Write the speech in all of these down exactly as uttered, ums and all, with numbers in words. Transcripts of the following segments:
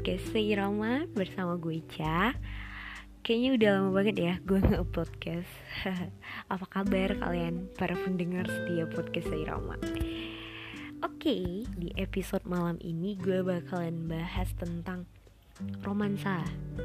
podcast Seirama bersama gue Ica. Kayaknya udah lama banget ya gue nge-podcast. Apa kabar kalian para pendengar setia podcast Seirama? Oke, di episode malam ini gue bakalan bahas tentang romansa.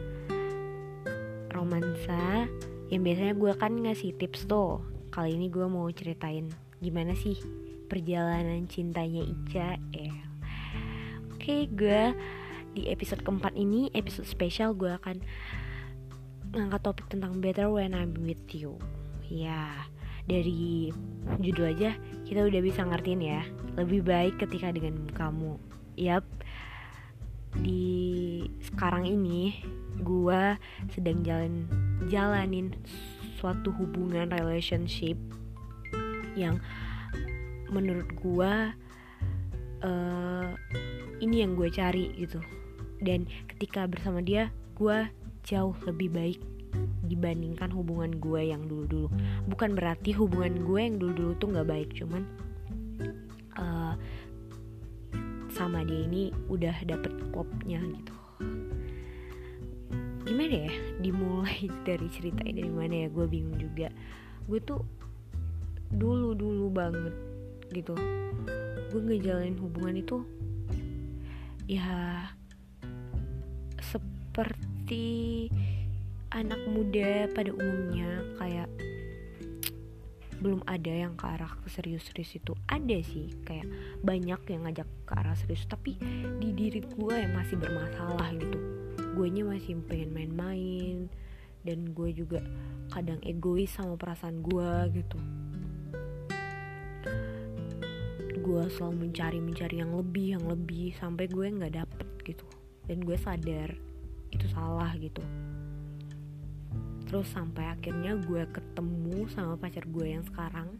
Romansa yang biasanya gue kan ngasih tips tuh. Kali ini gue mau ceritain gimana sih perjalanan cintanya Ica. Eh. Oke, gue di episode keempat ini, episode spesial, gue akan ngangkat topik tentang better when I'm with you. Ya, dari judul aja kita udah bisa ngertiin ya, lebih baik ketika dengan kamu. Yap, di sekarang ini gue sedang jalan jalanin suatu hubungan relationship yang menurut gue uh, ini yang gue cari gitu. Dan ketika bersama dia, gue jauh lebih baik dibandingkan hubungan gue yang dulu-dulu. Bukan berarti hubungan gue yang dulu-dulu tuh gak baik, cuman uh, sama dia ini udah dapet klopnya gitu. Gimana ya, dimulai dari ceritanya dari mana ya, gue bingung juga. Gue tuh dulu-dulu banget gitu, gue ngejalanin hubungan itu ya seperti anak muda pada umumnya, kayak belum ada yang ke arah ke serius-serius itu. Ada sih, kayak banyak yang ngajak ke arah serius, tapi di diri gue yang masih bermasalah gitu. Guenya masih pengen main-main, dan gue juga kadang egois sama perasaan gue gitu. Gue selalu mencari-mencari yang lebih, yang lebih sampai gue nggak dapet gitu. Dan gue sadar itu salah gitu. Terus sampai akhirnya gue ketemu sama pacar gue yang sekarang.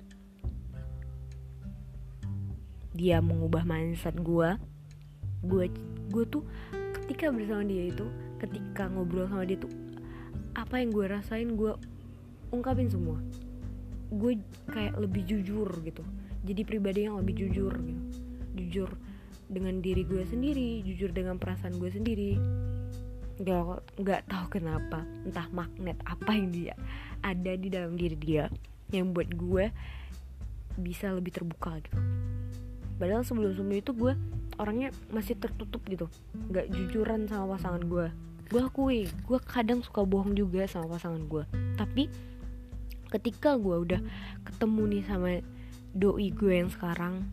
Dia mengubah mindset gue. Gue gue tuh ketika bersama dia itu, ketika ngobrol sama dia tuh, apa yang gue rasain gue ungkapin semua. Gue kayak lebih jujur gitu. Jadi pribadi yang lebih jujur gitu. Jujur dengan diri gue sendiri, jujur dengan perasaan gue sendiri. Gak, gak tahu kenapa, entah magnet apa yang dia ada di dalam diri dia yang buat gue bisa lebih terbuka gitu. Padahal sebelum-sebelum itu gue orangnya masih tertutup gitu, gak jujuran sama pasangan gue. Gue akui, gue kadang suka bohong juga sama pasangan gue. Tapi ketika gue udah ketemu nih sama doi gue yang sekarang,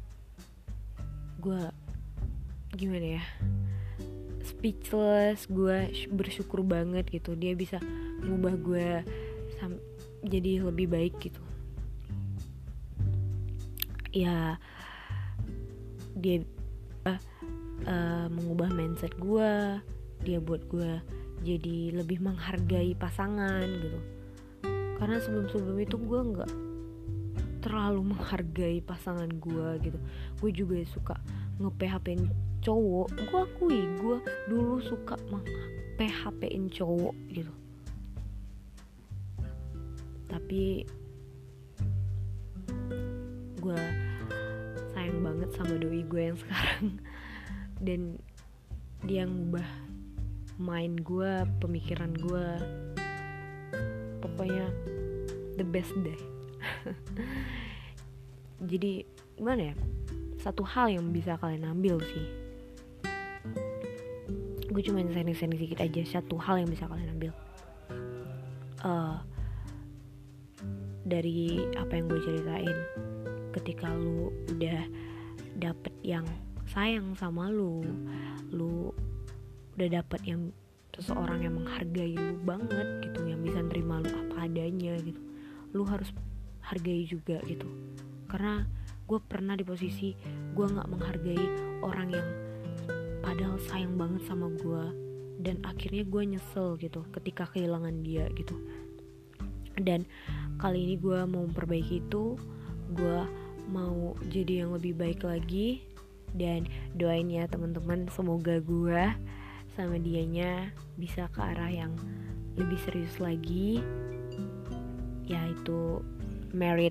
gue gimana ya, speechless. Gue bersyukur banget gitu, dia bisa ngubah gue sam- jadi lebih baik gitu. Ya, dia uh, uh, mengubah mindset gue. Dia buat gue jadi lebih menghargai pasangan gitu. Karena sebelum-sebelum itu gue gak terlalu menghargai pasangan gue gitu. Gue juga suka nge-P H P-in cowok. Gue akui, gue dulu suka nge-P H P-in cowok gitu. Tapi gue sayang banget sama doi gue yang sekarang. Dan dia ngubah mind gue, pemikiran gue. Pokoknya the best deh. Jadi gimana ya, satu hal yang bisa kalian ambil sih, gue cuma sharing-sharing sedikit aja. Satu hal yang bisa kalian ambil uh, dari apa yang gue ceritain. Ketika lu udah dapet yang sayang sama lu, lu udah dapet yang seseorang yang menghargai lu banget gitu, yang bisa nerima lu apa adanya gitu, lu harus hargai juga gitu. Karena gue pernah di posisi gue gak menghargai orang yang padahal sayang banget sama gue, dan akhirnya gue nyesel gitu ketika kehilangan dia gitu. Dan kali ini gue mau memperbaiki itu. Gue mau jadi yang lebih baik lagi. Dan doain ya teman-teman, semoga gue sama dianya bisa ke arah yang lebih serius lagi, yaitu married.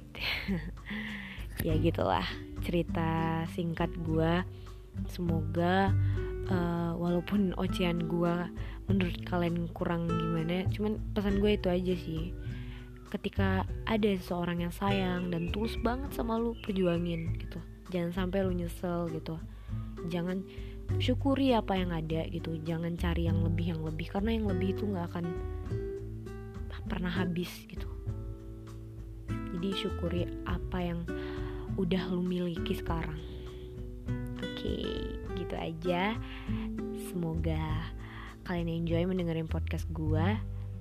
Ya gitulah cerita singkat gue. Semoga uh, walaupun ocehan gue menurut kalian kurang gimana, cuman pesan gue itu aja sih. Ketika ada seseorang yang sayang dan tulus banget sama lu, perjuangin gitu. Jangan sampai lu nyesel gitu. Jangan, syukuri apa yang ada gitu. Jangan cari yang lebih yang lebih karena yang lebih itu nggak akan pernah habis gitu. Jadi syukuri apa yang udah lu miliki sekarang. Oke, gitu aja. Semoga kalian enjoy mendengarin podcast gue.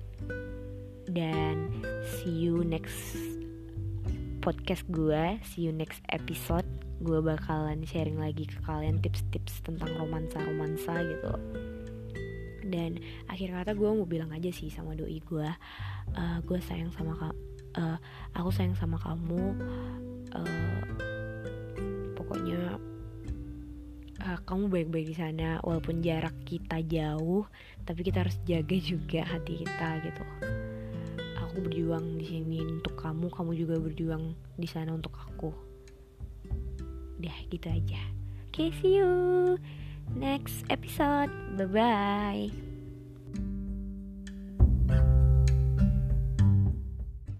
Dan see you next podcast gue, see you next episode. Gue bakalan sharing lagi ke kalian tips-tips tentang romansa-romansa gitu. Dan akhir kata gue mau bilang aja sih sama doi gue, uh, gue sayang sama kamu, uh, aku sayang sama kamu. Uh, pokoknya uh, kamu baik-baik di sana, walaupun jarak kita jauh, tapi kita harus jaga juga hati kita gitu. Aku berjuang di sini untuk kamu, kamu juga berjuang di sana untuk aku. Udah gitu aja. Okay, see you next episode. Bye bye.